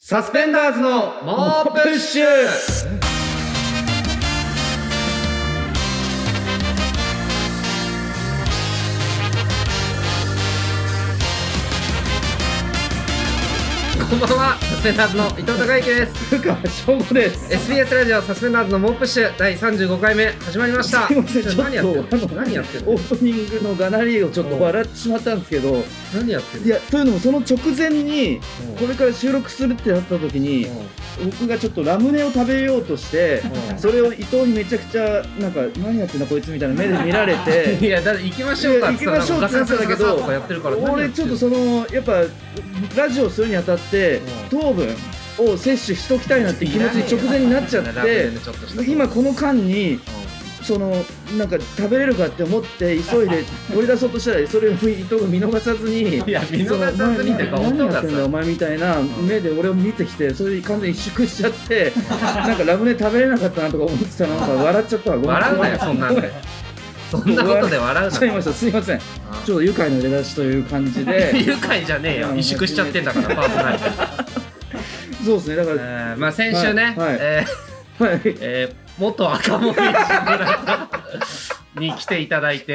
サスペンダーズの猛プッシュ。こんばんは、サスペンダーズの伊藤孝之です。 古川翔吾です。 SBS ラジオサスペンダーズの猛プッシュ第35回目始まりました。 すいません、ちょっと何やってるのオープニングのがなりをちょっと笑ってしまったんですけど、 何やってるの。 いや、というのもその直前にこれから収録するってなった時に僕がちょっとラムネを食べようとしてそれを伊藤にめちゃくちゃなんか何やってんだこいつみたいな目で見られていや、だって行きましょうかって言ったら行きましょうってなったんだけど、俺ちょっとそのやっぱラジオするにあたって糖分を摂取しときたいなって気持ちに直前になっちゃって、今この間にそのなんか食べれるかって思って急いで取り出そうとしたらそれを伊藤が見逃さずに、 いや見逃さずにってか何やってんだお前みたいな目で俺を見てきて、それで完全に萎縮しちゃってなんかラムネ食べれなかったなとか思ってたらなんか笑っちゃったわ。 笑うなよそんなんで。そんなことで笑うな。 すいません、すいません。ちょっと愉快な出だしという感じで。 愉快じゃねえよ。萎縮しちゃってんだからパーソナリティ。 そうですね、だから、 まあ先週ね、元赤もみじ村に来ていただいて、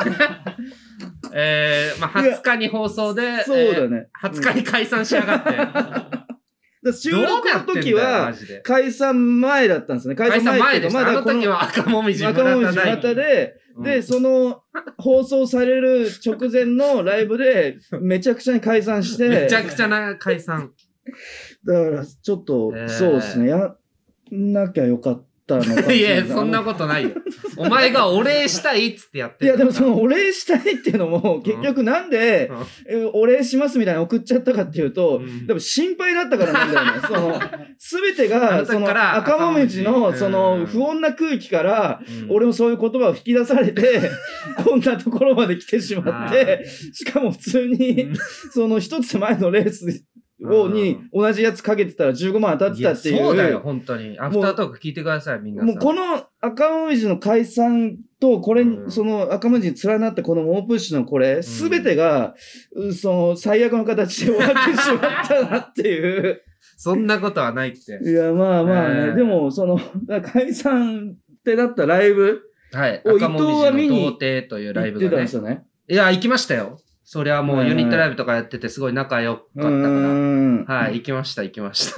まあ20日に放送で、 そうだね、 20日に解散しやがって。 収録の時は解散前だったんですね。 解散前でした。あの時は赤もみじ村で、で、その放送される直前のライブでめちゃくちゃに解散して。 めちゃくちゃな解散。 だからちょっと、そうですね、やんなきゃよかったのかもしれない。 いや、そんなことないよ。お前がお礼したいっつってやってる。 いや、でもそのお礼したいっていうのも結局なんで、お礼しますみたいな送っちゃったかっていうと、でも心配だったからなんだよね。その、すべてが、その赤もみじのその不穏な空気から、俺もそういう言葉を引き出されて、こんなところまで来てしまって、しかも普通に、その一つ前のレースに同じやつかけてたら15万当たってたっていう。 そうだよ、本当に。アフタートーク聞いてください、みんな。 もうこの赤もみじの解散と、これ、その赤もみじに連なったこの猛プッシュのこれ、すべてが、その最悪の形で終わってしまったなっていう。 そんなことはないって。 いや、まあまあね。でも、その、解散ってなったライブを伊藤は見に行ってたんですよね。 いや、行きましたよ。そりゃもうユニットライブとかやっててすごい仲良かったから。はい、行きました。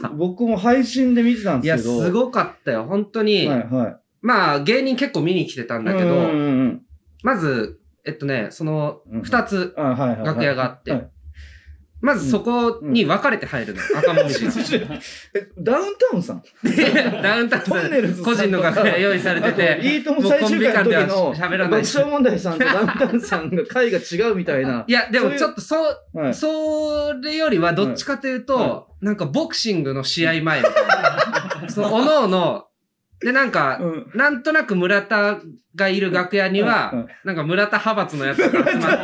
僕も配信で見てたんですけど。 いや、すごかったよ、本当に。まあ、芸人結構見に来てたんだけど、まず、その、二つ楽屋があって、まずそこに分かれて入るの、赤もみじが。 ダウンタウンさんダウンタウンさん、個人の楽屋用意されてて、 いいとも最終回の時の爆笑問題さんとダウンタウンさんが回が違うみたいな。 いや、でもちょっとそれよりはどっちかというと、なんかボクシングの試合前みたいな。そう、おのおの、で、なんか、なんとなく村田がいる楽屋には、なんか村田派閥のやつが集まって、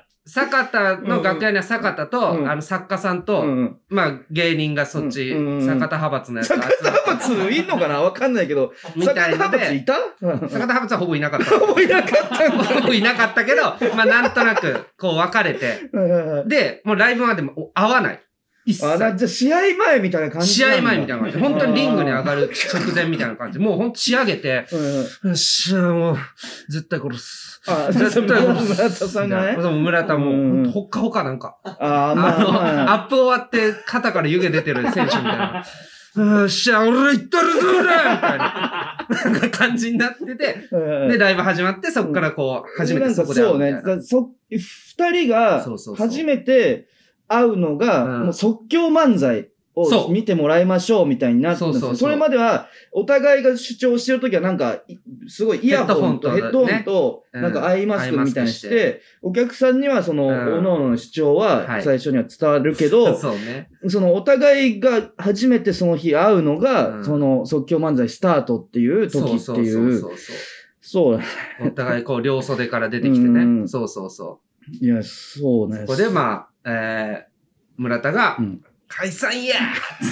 坂田の楽屋には坂田と、作家さんと、まあ、芸人がそっち、坂田派閥のやつが集まって。 坂田派閥いんのかなわかんないけど。坂田派閥いた？ 坂田派閥はほぼいなかった。 ほぼいなかった。 ほぼいなかったけど、まあ、なんとなく、こう分かれて。で、もうライブまでも合わない。 じゃあ試合前みたいな感じ。 試合前みたいな感じ。本当にリングに上がる直前みたいな感じ。もう本当仕上げて、よっしゃ、もう、絶対殺す。 絶対殺す。村田さんがね。 村田も、ほっかほかなんか。 まあ。 アップ終わって肩から湯気出てる選手みたいな。よっしゃ、俺行ったるぞーみたいな感じになってて、で、ライブ始まって、そっからこう、初めてそこで会うみたいな。 そうね。二人が、初めて、会うのが、もう即興漫才を見てもらいましょうみたいになってるんですよ。それまでは、お互いが主張してるときはなんか、すごいイヤホンとヘッドホンと、なんかアイマスクみたいにして、お客さんにはその、各々の主張は最初には伝わるけど、そのお互いが初めてその日会うのが、その即興漫才スタートっていう時っていう。そう。 お互いこう両袖から出てきてね。そう。 いや、そうね。 ここでまあ、村田が、解散や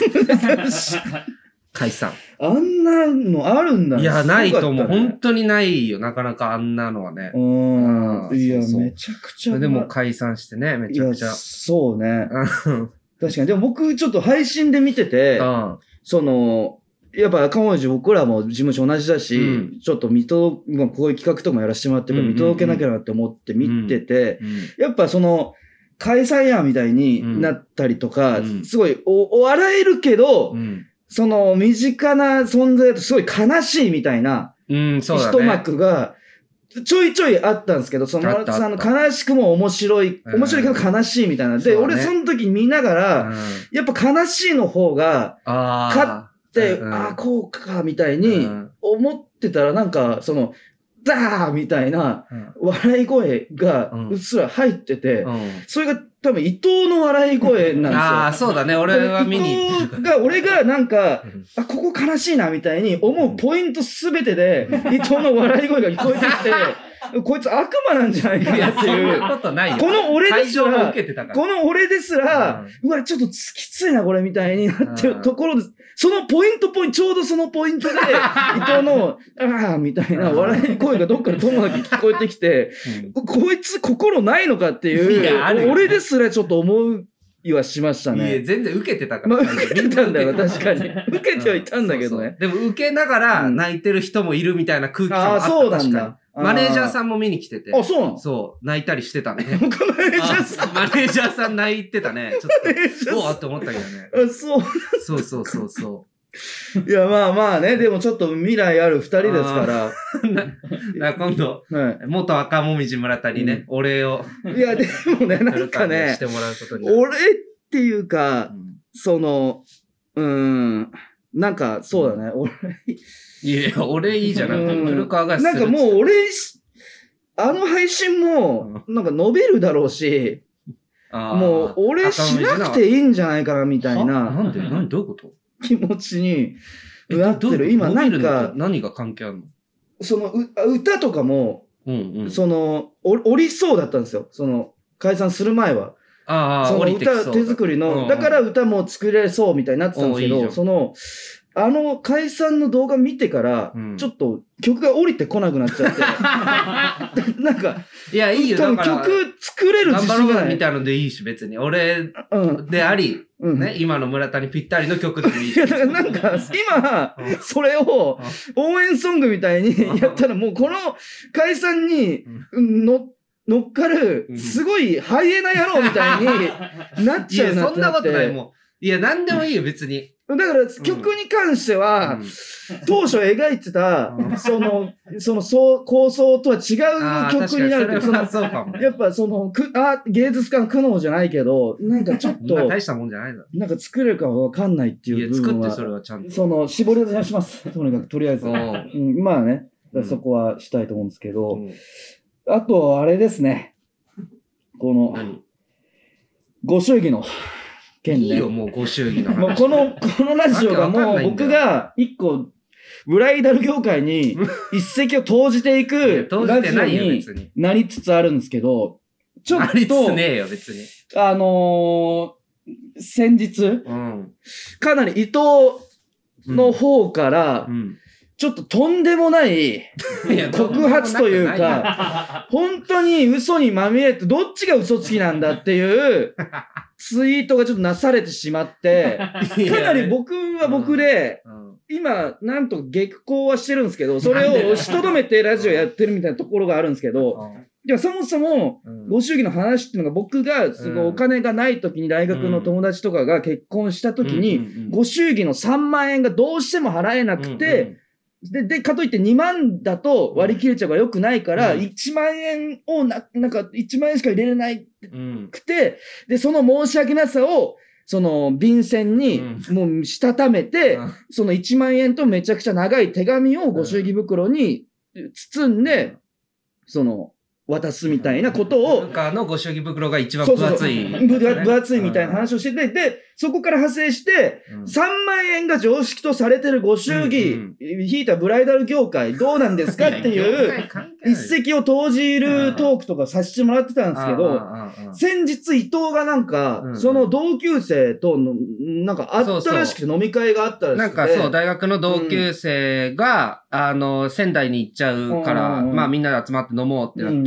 解散。 あんなのあるんだね。 いや、ないと思う。本当にないよ。なかなかあんなのはね。 いや、めちゃくちゃ。 でも解散してね、めちゃくちゃ。 そうね。 確かに。でも僕ちょっと配信で見てて、やっぱ赤文字僕らも事務所同じだし、ちょっとこういう企画とかもやらせてもらってるから見届けなきゃなって思って見てて、やっぱ解散やみたいになったりとか、すごい笑えるけど、身近な存在だとすごい悲しいみたいな、一幕が、ちょいちょいあったんですけど、村田さんの悲しくも面白いけど悲しいみたいな。で、俺その時見ながら、やっぱ悲しいの方が、勝って、こうか、みたいに思ってたら、なんか、ダーみたいな笑い声がうっすら入ってて、それが多分伊藤の笑い声なんですよ。 ああ、そうだね。俺は見に行ってる。俺がなんか、ここ悲しいなみたいに思うポイントすべてで、伊藤の笑い声が聞こえてきて、こいつ悪魔なんじゃないかなっていう。 そんなことないよ。 この俺ですら、うわ、ちょっときついな、これみたいになってるところです。ちょうどそのポイントで、伊藤の、みたいな笑い声がどっかでともなく聞こえてきて、こいつ心ないのかっていう、俺ですらちょっと思ういはしましたね。 いや、全然受けてたから。 受けてたんだよ、確かに。受けてはいたんだけどね。 でも受けながら泣いてる人もいるみたいな空気感があった。 そうなんだ。 マネージャーさんも見に来てて。 あ、そうなの？ そう、泣いたりしてたね。 マネージャーさんマネージャーさん泣いてたね。ちょっと、おーって思ったけどね。そう。 いや、まあね、でもちょっと未来ある二人ですから。 今度、元赤もみじ村田にね、お礼を。 いや、でもね、なんかね、 してもらうことに。 俺っていうか、なんか、そうだね、俺。 いや、俺いいじゃなくて、古川がなんかもう俺、あの配信も、なんか伸びるだろうし、もう俺しなくていいんじゃないかな、みたいな。 なんでどういうこと気持ちになってる。今なんか、 何が関係あるの？ 歌とかも、降りそうだったんですよ。解散する前は。歌、手作りの、だから歌も作れそうみたいになってたんですけど、解散の動画見てから、ちょっと曲が降りてこなくなっちゃって。なんか、 いや、いいよ。 多分曲作れる自信がない。 みたいのでいいし、別に。俺であり、ね、今の村田にぴったりの曲でもいいし。 いや、だからなんか、今、それを応援ソングみたいにやったら、もうこの解散に乗っかる、すごいハイエナ野郎みたいになっちゃうなって。いや、 そんなことないもん。いや、なんでもいいよ、別に。 だから曲に関しては、当初描いてた、構想とは違う曲になるけど、やっぱ芸術家の苦悩じゃないけど、なんかちょっと、 大したもんじゃないだろ。 なんか作れるかわかんないっていう部分は。 いや、作ってそれはちゃんと。 絞り出します。とにかく、とりあえず。まあね、そこはしたいと思うんですけど、あと、あれですね。ご祝儀の。 いいよ、もうご祝儀の話。 もうこのラジオがもう僕が一個、ブライダル業界に一石を投じていくラジオになりつつあるんですけど、ちょっと、 なりつつねえよ、別に。 先日、かなり伊藤の方から、ちょっととんでもない告発というか、本当に嘘にまみれて、どっちが嘘つきなんだっていうツイートがちょっとなされてしまって、かなり僕は僕で、今、なんと激高はしてるんですけど、それを押しとどめてラジオやってるみたいなところがあるんですけど、でもそもそも、ご祝儀の話っていうのが僕が、お金がない時に大学の友達とかが結婚した時に、ご祝儀の3万円がどうしても払えなくて、で、かといって2万だと割り切れちゃうから良くないから、1万円をなんか1万円しか入れれないくて、で、その申し訳なさを、便箋にもうしたためて、その1万円とめちゃくちゃ長い手紙をご祝儀袋に包んで、渡すみたいなことを。 のご祝儀袋が一番分厚い。 分厚いみたいな話をしてて、で、そこから派生して、3万円が常識とされてるご祝儀、引いたブライダル業界どうなんですかっていう、一石を投じるトークとかさせてもらってたんですけど、先日伊藤がなんか、その同級生となんかあったらしくて飲み会があったらしくて。 なんかそう、大学の同級生が、仙台に行っちゃうから、まあみんなで集まって飲もうってなって、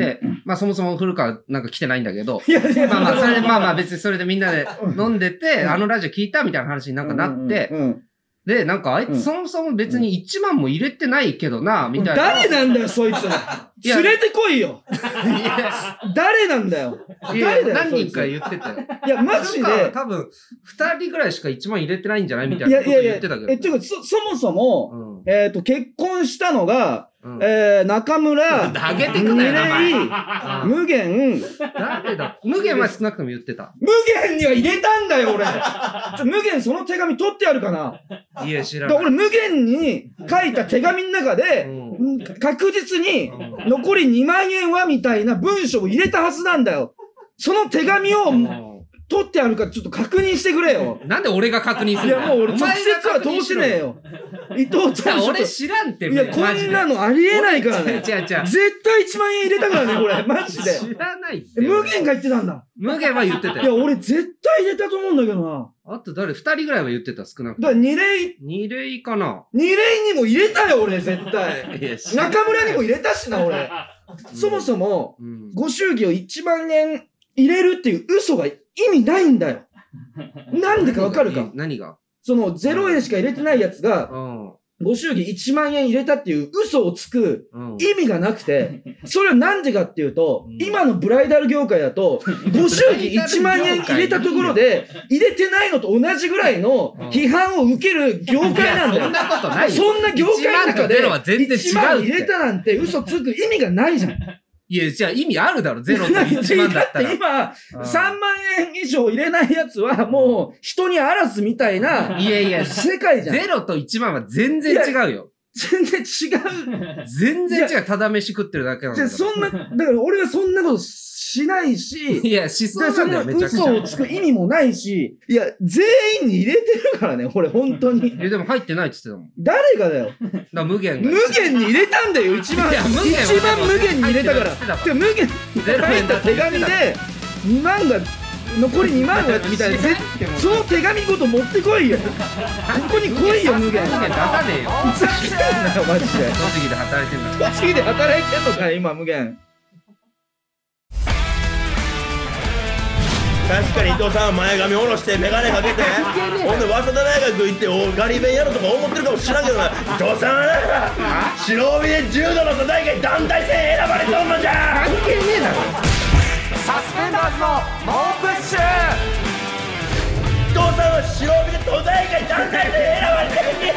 で、まあそもそも古川なんか来てないんだけど、まあまあそれで、まあまあ別にそれでみんなで飲んでて、あのラジオ聞いたみたいな話になんかなって、で、なんかあいつそもそも別に1万も入れてないけどな、みたいな。 誰なんだよ、そいつ。連れてこいよ。誰なんだよ。 誰だよ。何人か言ってたよ。 いや、マジで。 多分、2人ぐらいしか1万入れてないんじゃないみたいなこと言ってたけど。 ていうか、そもそも、結婚したのが、中村、 投げてくなよ、名前。 無限。 誰だ無限は少なくとも言ってた。 無限には入れたんだよ、俺。無限その手紙取ってあるかな。 いや、知らない。 俺、無限に書いた手紙の中で、確実に、残り2万円はみたいな文章を入れたはずなんだよ。その手紙を、取ってあるかちょっと確認してくれよ。 なんで俺が確認するの？ いやもう俺直接は通してねえよ。伊藤ちゃん。 俺知らんって。 いや、こんなのありえないからね。 違う。絶対1万円入れたからね、これ。マジで。 知らないって。 無限が言ってたんだ。 無限は言ってたよ。 いや、俺絶対入れたと思うんだけどな。 あと誰？ 2人ぐらいは言ってた、少なくとも。 だから 2例かな。 2例にも入れたよ、俺絶対。中村にも入れたしな、俺。そもそも、ご祝儀を1万円入れるっていう嘘が意味ないんだよ。なんでかわかるか？ 何が？ その0円しか入れてないやつが、ご祝儀1万円入れたっていう嘘をつく意味がなくて、それはなんでかっていうと、今のブライダル業界だと、ご祝儀1万円入れたところで、入れてないのと同じぐらいの批判を受ける業界なんだよ。 そんなことないよ。 そんな業界の中で、 1 万入れたなんて嘘つく意味がないじゃん。 いや、じゃあ意味あるだろ、0と1万だったら。 だって今、3万円以上入れないやつはもう人にあらずみたいな、世界じゃん。 0と1万は全然違うよ。 全然違う。 全然違う。ただ飯食ってるだけなんだから。 そんな、だから俺はそんなことしないし、 いや、しそうなんだよ、めちゃくちゃ。 嘘をつく意味もないし、いや、全員に入れてるからね、俺、本当に。 でも入ってないって言ってたもん。 誰がだよ。 無限が。 無限に入れたんだよ、一番無限に入れたから。無限に入った手紙で、2万が、残り2万が、みたいな。その手紙ごと持ってこいよ。ここに来いよ、無限。 出さねえよ。 ふざけんなよ、マジで。 栃木で働いてんだ。 栃木で働いてんのかよ、今、無限。 確かに伊藤さんは前髪下ろして眼鏡かけてほんで早稲田大学行ってガリ勉やろとか思ってるかもしれんけどな、伊藤さんはな白帯で柔道の都大会団体戦選ばれとんのじゃ。 関係ねえだろ。 サスペンダーズの猛プッシュ。 伊藤さんは白帯で都大会団体戦選ばれてるんや。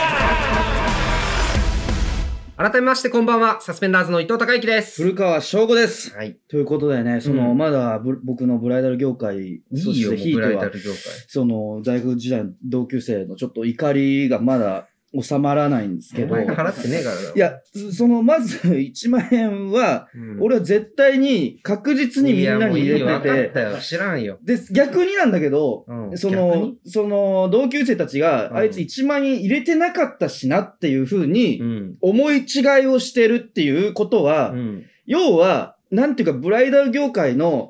改めましてこんばんは、サスペンダーズの伊藤孝之です。 古川翔吾です。 はい。 ということでね、まだ僕のブライダル業界、 そしてひいては、 大学時代の同級生のちょっと怒りがまだ収まらないんですけど。 お前が払ってねえからだろ。 いや、まず1万円は、俺は絶対に確実にみんなに入れてて。 分かったよ、知らんよ。 で、逆になんだけど、同級生たちが、あいつ1万円入れてなかったしなっていう風に、思い違いをしてるっていうことは、要は、なんていうか、ブライダル業界の、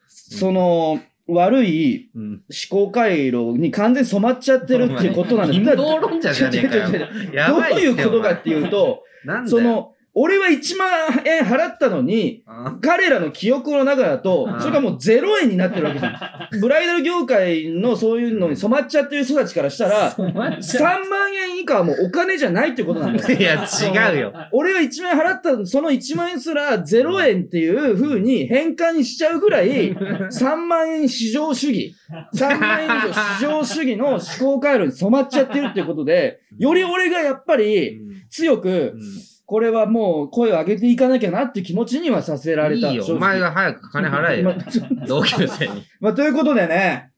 悪い思考回路に完全に染まっちゃってるっていうことなんだよ。 陰謀論者じゃねえかよ。 どういうことかっていうと、俺は1万円払ったのに、彼らの記憶の中だと、それがもう0円になってるわけじゃん。ブライダル業界のそういうのに染まっちゃってる人たちからしたら、3万円以下はもうお金じゃないってことなんだよ。 いや、違うよ。 俺が1万円払った、その1万円すら0円っていう風に変換しちゃうぐらい、3万円市場主義。3万円以上市場主義の思考回路に染まっちゃってるっていうことで、より俺がやっぱり強く、これはもう声を上げていかなきゃなっていう気持ちにはさせられた。 いいよ、お前が早く金払えよ。同級生に。 ということでね、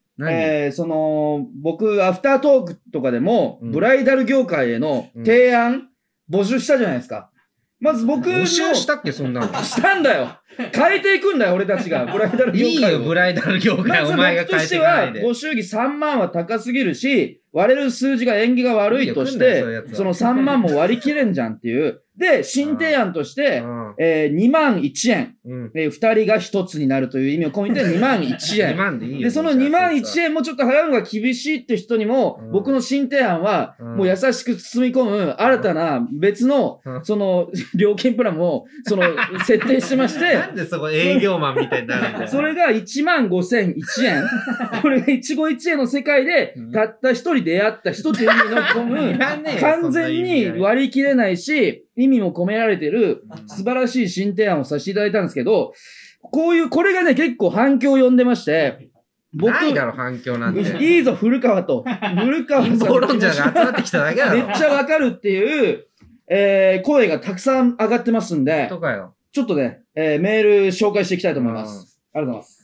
僕、アフタートークとかでも、ブライダル業界への提案、募集したじゃないですか。まず僕の。 募集したっけ、そんなの。 したんだよ。変えていくんだよ、俺たちが。ブライダル業界を。 いいよ、ブライダル業界、お前が変えていかないで。 ご祝儀3万は高すぎるし、割れる数字が縁起が悪いとして、その3万も割り切れんじゃんっていうで、新提案として、2万1円、2人が1つになるという意味を込めて2万1円。 2万でいいよ。 で、その2万1円もちょっと払うのが厳しいって人にも、僕の新提案は、もう優しく包み込む新たな別の、その、料金プランも、設定してまして。 なんでそこ営業マンみたいになるんだよ。 それが1万5001円。これが一期一会の世界で、たった一人出会った人という意味の込む、完全に割り切れないし、意味も込められてる素晴らしい新提案をさせていただいたんですけど、これがね、結構反響を呼んでまして、 ないだろ、反響なんて。 いいぞ、古川と。古川さん。 ボロンジャーが集まってきただけだろ。 めっちゃわかるっていう、声がたくさん上がってますんで、ちょっとね、メール紹介していきたいと思います。ありがとうございます。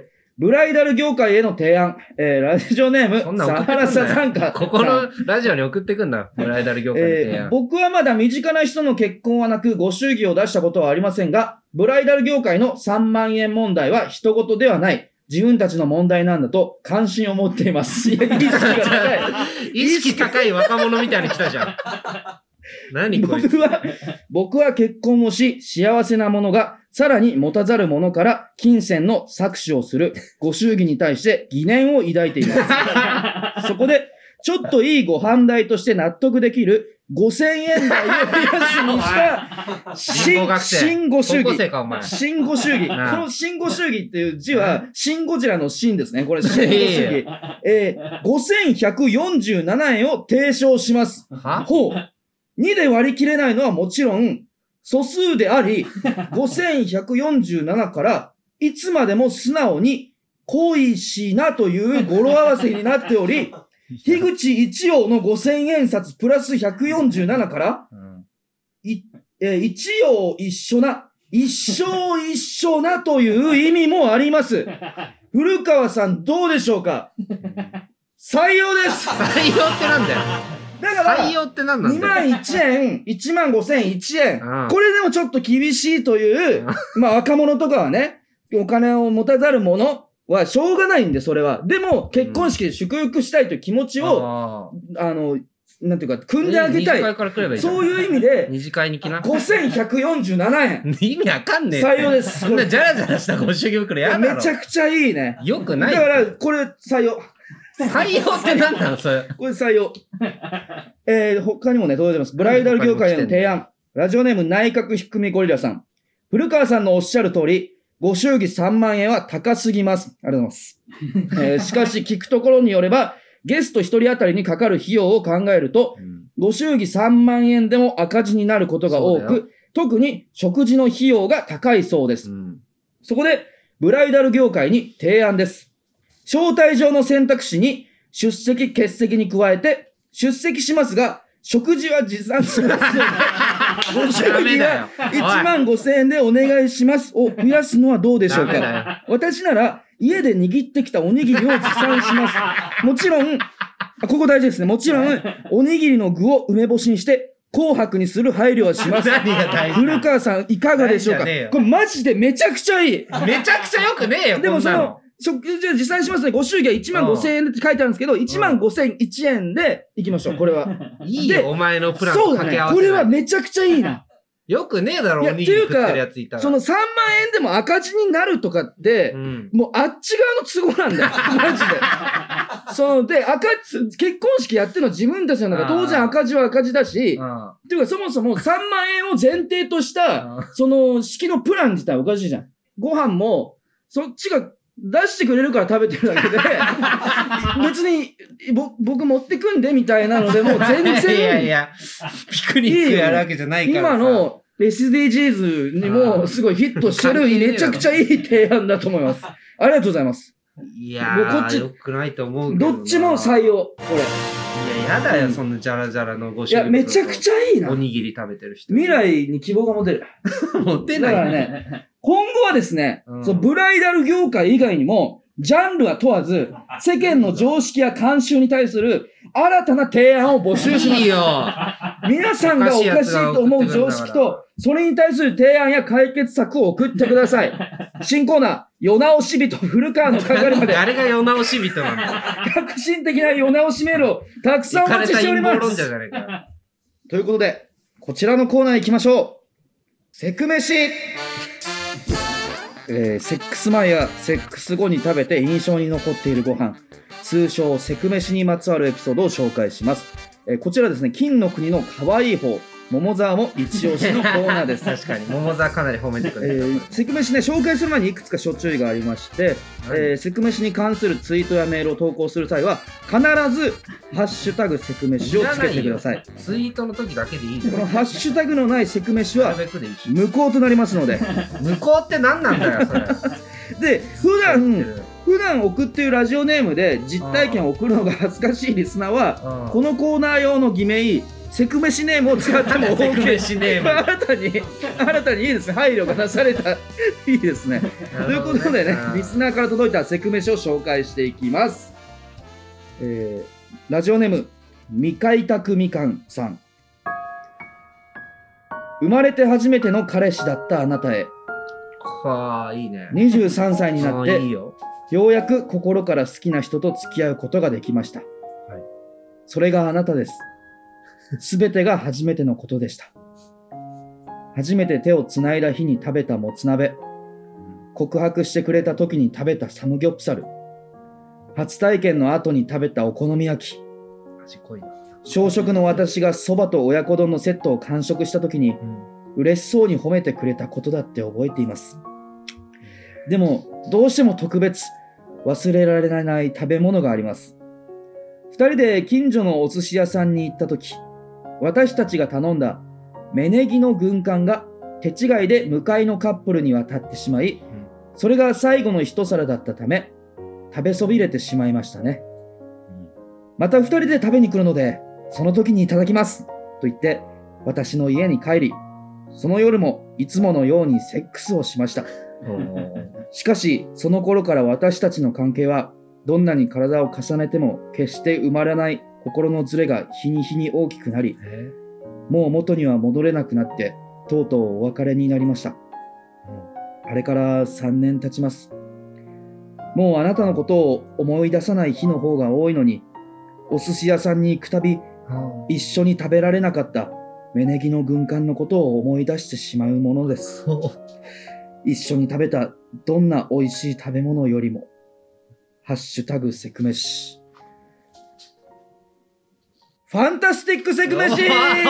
ブライダル業界への提案、ラジオネーム、サハラサさんか。 ここのラジオに送ってくんだ、ブライダル業界の提案。 僕はまだ身近な人の結婚はなく、ご祝儀を出したことはありませんが、ブライダル業界の3万円問題は人事ではない。自分たちの問題なんだと関心を持っています。いや、意識が高い。 意識高い若者みたいに来たじゃん。何こいつ。 僕は結婚をし、幸せなものが、さらに持たざる者から金銭の搾取をするご祝儀に対して疑念を抱いています。そこで、ちょっといいご判代として納得できる5000円台を増やすにした新ご祝儀。新ご祝儀。この新ご祝儀っていう字は、シンゴジラの新ですね。これ新ご祝儀。5147円を提唱します。ほう。2で割り切れないのはもちろん、素数であり、5147からいつまでも素直に恋しなという語呂合わせになっており、樋口一葉の5000円札プラス147から、一葉一緒な、一生一緒なという意味もあります。古川さんどうでしょうか？採用です。 採用ってなんだよ。 だから、 採用って何なんだよ。 2万1円、1万5001円。これでもちょっと厳しいという、まあ若者とかはね、お金を持たざる者はしょうがないんで、それは。でも、結婚式で祝福したいという気持ちを、なんていうか、組んであげたい。 二次会から来ればいい。 そういう意味で、 二次会に来な。 5147円。 意味わかんねえ。 採用です。 そんなジャラジャラしたご祝儀袋やだろ。 めちゃくちゃいいね。 よくない。 だから、これ採用。 採用って何なのそれ。 これ採用。他にもね、届いてます。ブライダル業界への提案。ラジオネーム内閣ひっくみゴリラさん。古川さんのおっしゃる通り、ご祝儀3万円は高すぎます。ありがとうございます。しかし聞くところによれば、ゲスト1人当たりにかかる費用を考えると、ご祝儀3万円でも赤字になることが多く、特に食事の費用が高いそうです。そこで、ブライダル業界に提案です。招待状の選択肢に出席欠席に加えて、出席しますが、食事は持参しますので、ご祝儀は1万5000円でお願いしますを増やすのはどうでしょうか。私なら家で握ってきたおにぎりを持参します。もちろん、ここ大事ですね。もちろん、おにぎりの具を梅干しにして、紅白にする配慮はします。古川さん、いかがでしょうか。これマジでめちゃくちゃいい。 めちゃくちゃよくねえよ、 でもその、食事は持参しますね。ご祝儀は1万5000円って書いてあるんですけど、1万5001円で行きましょう、これは。 いいよ、お前のプランと掛け合わせ。 これはめちゃくちゃいいな。 よくねえだろ、おにぎり食ってるやついたら。 その3万円でも赤字になるとかって、もうあっち側の都合なんだよ。マジで。で、結婚式やってるの自分たちなんだから、当然赤字は赤字だし、っていうかそもそも3万円を前提とした、その式のプラン自体おかしいじゃん。ご飯も、そっちが出してくれるから食べてるだけで、別に、僕持ってくんでみたいなので、もう全然。 いや、ピクニックやるわけじゃないからさ。 今の SDGs にもすごいフィットしてる、めちゃくちゃいい提案だと思います。ありがとうございます。 いやー、よくないと思うけどな。 どっちも採用、これ。 いや、やだよ、そんなジャラジャラのご祝儀。 いや、めちゃくちゃいいな。 おにぎり食べてる人。 未来に希望が持てる。 持てない。 だからね、今後はですね、ブライダル業界以外にも、ジャンルは問わず、世間の常識や慣習に対する新たな提案を募集します。いいよ。皆さんがおかしいと思う常識と、それに対する提案や解決策を送ってください。新コーナー、世直し人古川の係まで。 誰が世直し人なんだ。 革新的な世直しメールをたくさんお待ちしております。ということで、 こちらのコーナー行きましょう。セク飯。セックス前やセックス後に食べて印象に残っているご飯、通称セク飯にまつわるエピソードを紹介します。こちらですね、金の国の可愛い方、桃沢も一押しのコーナーです。 確かに桃沢かなり褒めてくれる。 セク飯ね、紹介する前にいくつか諸注意がありまして、セク飯に関するツイートやメールを投稿する際は必ずハッシュタグセク飯をつけてください。 ツイートの時だけでいいじゃん。 このハッシュタグのないセク飯は無効となりますので。 無効って何なんだよそれ。 で、普段送っているラジオネームで実体験を送るのが恥ずかしいリスナーはこのコーナー用の偽名セク飯ネームを使っても OK。 セク飯ネーム新たにいいですね、配慮がなされた。いいですね。ということでね、リスナーから届いたセク飯を紹介していきます。ラジオネーム未開拓みかんさん。生まれて初めての彼氏だったあなたへ。 はあ、いいね。 23歳になってようやく心から好きな人と付き合うことができました。それがあなたです。すべてが初めてのことでした。初めて手をつないだ日に食べたもつ鍋、告白してくれた時に食べたサムギョプサル、初体験の後に食べたお好み焼き、 味濃いな。 小食の私がそばと親子丼のセットを完食した時に、嬉しそうに褒めてくれたことだって覚えています。でもどうしても特別、忘れられない食べ物があります。2人で近所のお寿司屋さんに行った時、私たちが頼んだ芽ネギの軍艦が手違いで向かいのカップルに渡ってしまい、それが最後の一皿だったため食べそびれてしまいましたね。また2人で食べに来るのでその時にいただきますと言って私の家に帰り、その夜もいつものようにセックスをしました。しかしその頃から私たちの関係はどんなに体を重ねても決して埋まらない心のズレが日に日に大きくなり、もう元には戻れなくなってとうとうお別れになりました。あれから3年経ちます。もうあなたのことを思い出さない日の方が多いのに、お寿司屋さんに行くたび一緒に食べられなかった芽ネギの軍艦のことを思い出してしまうものです。一緒に食べたどんな美味しい食べ物よりも。ハッシュタグセクメシ。ファンタスティックセクメシ。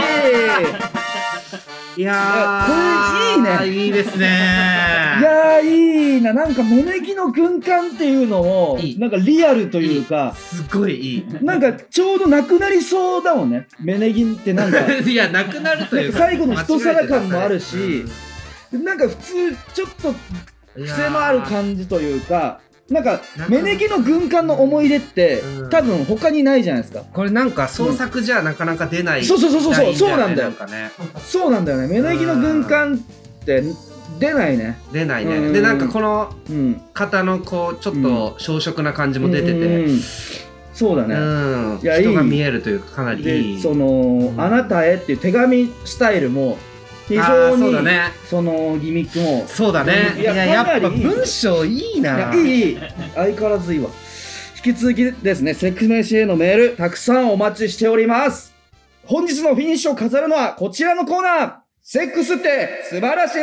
いやー、 これいいね。 いいですね。 いやー、いいな。なんか芽ネギの軍艦っていうのもなんかリアルというか、 すごいいい。 なんかちょうどなくなりそうだもんね。芽ネギってなんかいや、なくなるというか最後の一皿感もあるし、なんか普通ちょっと癖のある感じというか、なんか芽ネギの軍艦の思い出って、多分他にないじゃないですか。 これなんか創作じゃなかなか出ない。 そうなんだよ。そうなんだよね。芽ネギの軍艦って出ないね。 出ないね。でなんかこの型のこうちょっと小食な感じも出てて、 そうだね。 人が見えるというかかなりいい。 そのあなたへっていう手紙スタイルも非常にそのギミックもそうだね。いややっぱ文章いいな。 いい相変わらずいいわ。引き続きですね、セクメシへのメールたくさんお待ちしております。本日のフィニッシュを飾るのはこちらのコーナー、セックスって素晴らし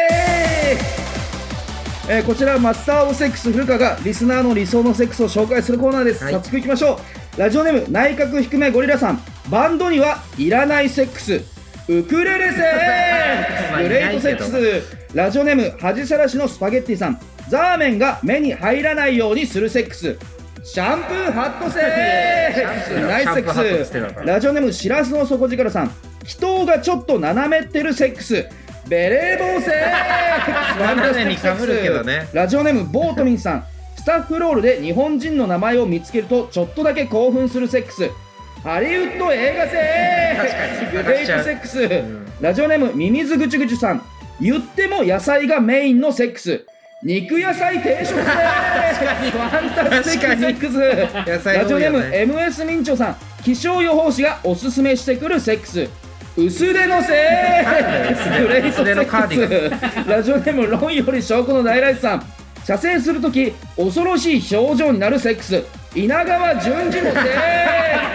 い。こちらマスターオブセックス古川がリスナーの理想のセックスを紹介するコーナーです。早速いきましょう。ラジオネーム内角低めゴリラさん。バンドにはいらないセックス、ウクレレセックスグレートセックス。ラジオネーム恥さらしのスパゲッティさん。ザーメンが目に入らないようにするセックス、シャンプーハットセックスナイスセックス。ラジオネームしらすの底力さん。祈祷がちょっと斜めってるセックス、ベレー帽セックスファンタスティックセックス。ラジオネームボートミンさん。スタッフロールで日本人の名前を見つけるとちょっとだけ興奮するセックス、ハリウッド映画セックスグレートセックス。ラジオネームミミズぐちゅぐちゅさん。言っても野菜がメインのセックス、肉野菜定食セックスファンタスティックセックス。ラジオネーム MS 明朝さん。気象予報士がおすすめしてくるセックス、薄手のセックスグレートセックス。ラジオネーム論より証拠の大来さん。射精するとき恐ろしい表情になるセックス、稲川淳二のセックス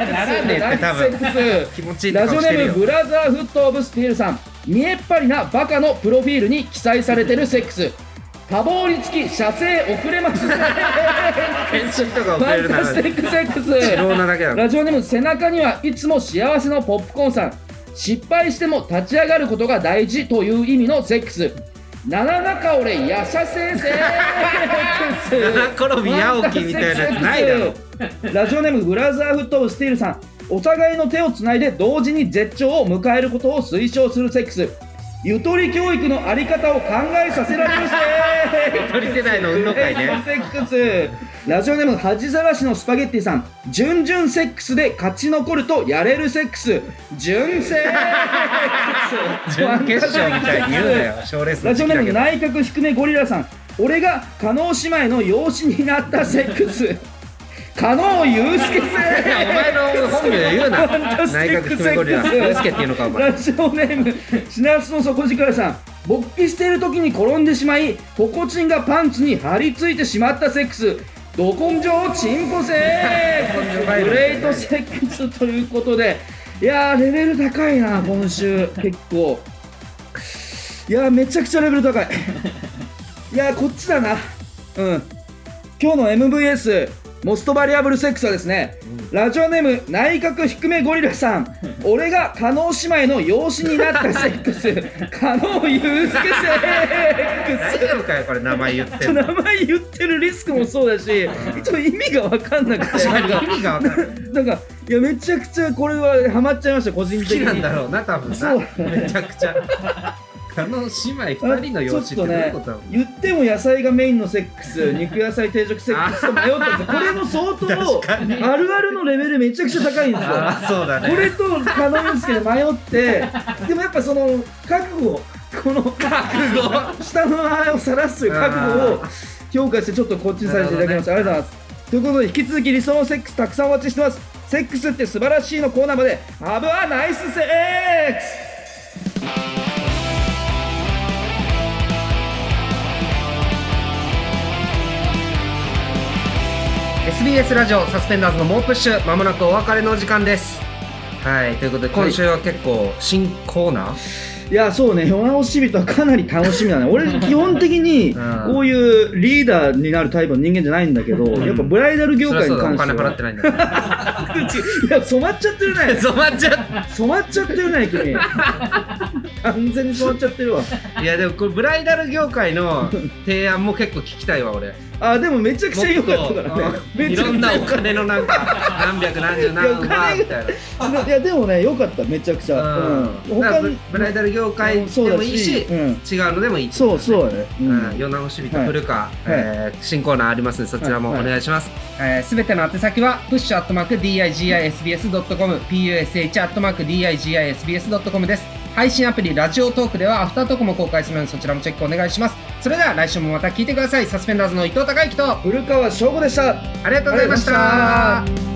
ねって多分気持ちいいラジオネームブラザーフットオブスティールさん、見えっ張りなバカのプロフィールに記載されてるセックス、多忙につき射精遅れます返信とか遅れるならファンタスティックセックス。 白なだけだ。 ラジオネーム背中にはいつも幸せのポップコーンさん、失敗しても立ち上がることが大事という意味のセックス、七中俺やしゃせいセックス七転び八起きみたいなやつないだろ。 ラジオネームブラザーフットオブスティールさん、お互いの手をつないで同時に絶頂を迎えることを推奨するセックス、ゆとり教育のあり方を考えさせられるゆとり世代の運動会ね。 セックス。ラジオネーム恥さらしのスパゲッティさん、準々セックスで勝ち残るとやれるセックス、準セックス準決勝みたいに言うなよ。賞レースのラジオネーム時期だけど。 内角低めゴリラさん、俺が加納姉妹の養子になったセックス、加納祐介お前の本名で言うな。内閣低めゴリラ祐介っていうのかお前。 ラジオネームシナスの底力さん、勃起している時に転んでしまいポコチンがパンツに張り付いてしまったセックス、ど根性チンポセックス、グレートセックスということで、いやーレベル高いな今週結構。いやーめちゃくちゃレベル高いいやーこっちだな。今日の MVS モストバリアブルセックスはですね、ラジオネーム内角低めゴリラさん、俺が加納姉妹の養子になったセックス、加納祐介セックス。 大丈夫かよこれ名前言ってんの。 名前言ってるリスクもそうだし、ちょっと意味が分かんなくて、 意味が分かる。 なんかいやめちゃくちゃこれはハマっちゃいました個人的に。 好きなんだろうな多分な。 そうめちゃくちゃ。加納姉妹2人の養子ってどういうことだろう。 言っても野菜がメインのセックス、肉野菜定食セックスと迷ったんですよ。これも相当あるあるのレベルめちゃくちゃ高いんですよ。 そうだね。 これと加納祐介で迷って、でもやっぱその覚悟、この下の名前を晒すという覚悟を評価してちょっとこっちにさせていただきました。ありがとうございます。ということで引き続き理想のセックスたくさんお待ちしてます。セックスって素晴らしいのコーナーまでハブはナイスセックス。 SBS ラジオサスペンダーズの猛プッシュ、まもなくお別れのお時間です。はい、ということで今週は結構新コーナー、 いやそうね、世直し人はかなり楽しみだね。俺基本的にこういうリーダーになるタイプの人間じゃないんだけど、やっぱブライダル業界に関してはお金払ってないんだいや染まっちゃってるね。染まっちゃってるね君完全に染まっちゃってるわ。 いやでもこれブライダル業界の提案も結構聞きたいわ俺。 あでもめちゃくちゃ良かったからね。 いろんなお金のなんか何百何十何万みたいな。 いやでもね良かっためちゃくちゃ。 他にブライダル業界でもいいし、違うのでもいい。 そうだね。 世直し人古川新コーナーありますのでそちらもお願いします。すべての宛先はpush@digisbs.com push@digisbs.com です。配信アプリラジオトークではアフタートークも公開するのでそちらもチェックお願いします。それでは来週もまた聞いてください。サスペンダーズの伊藤孝之と古川翔吾でした。 ありがとうございました。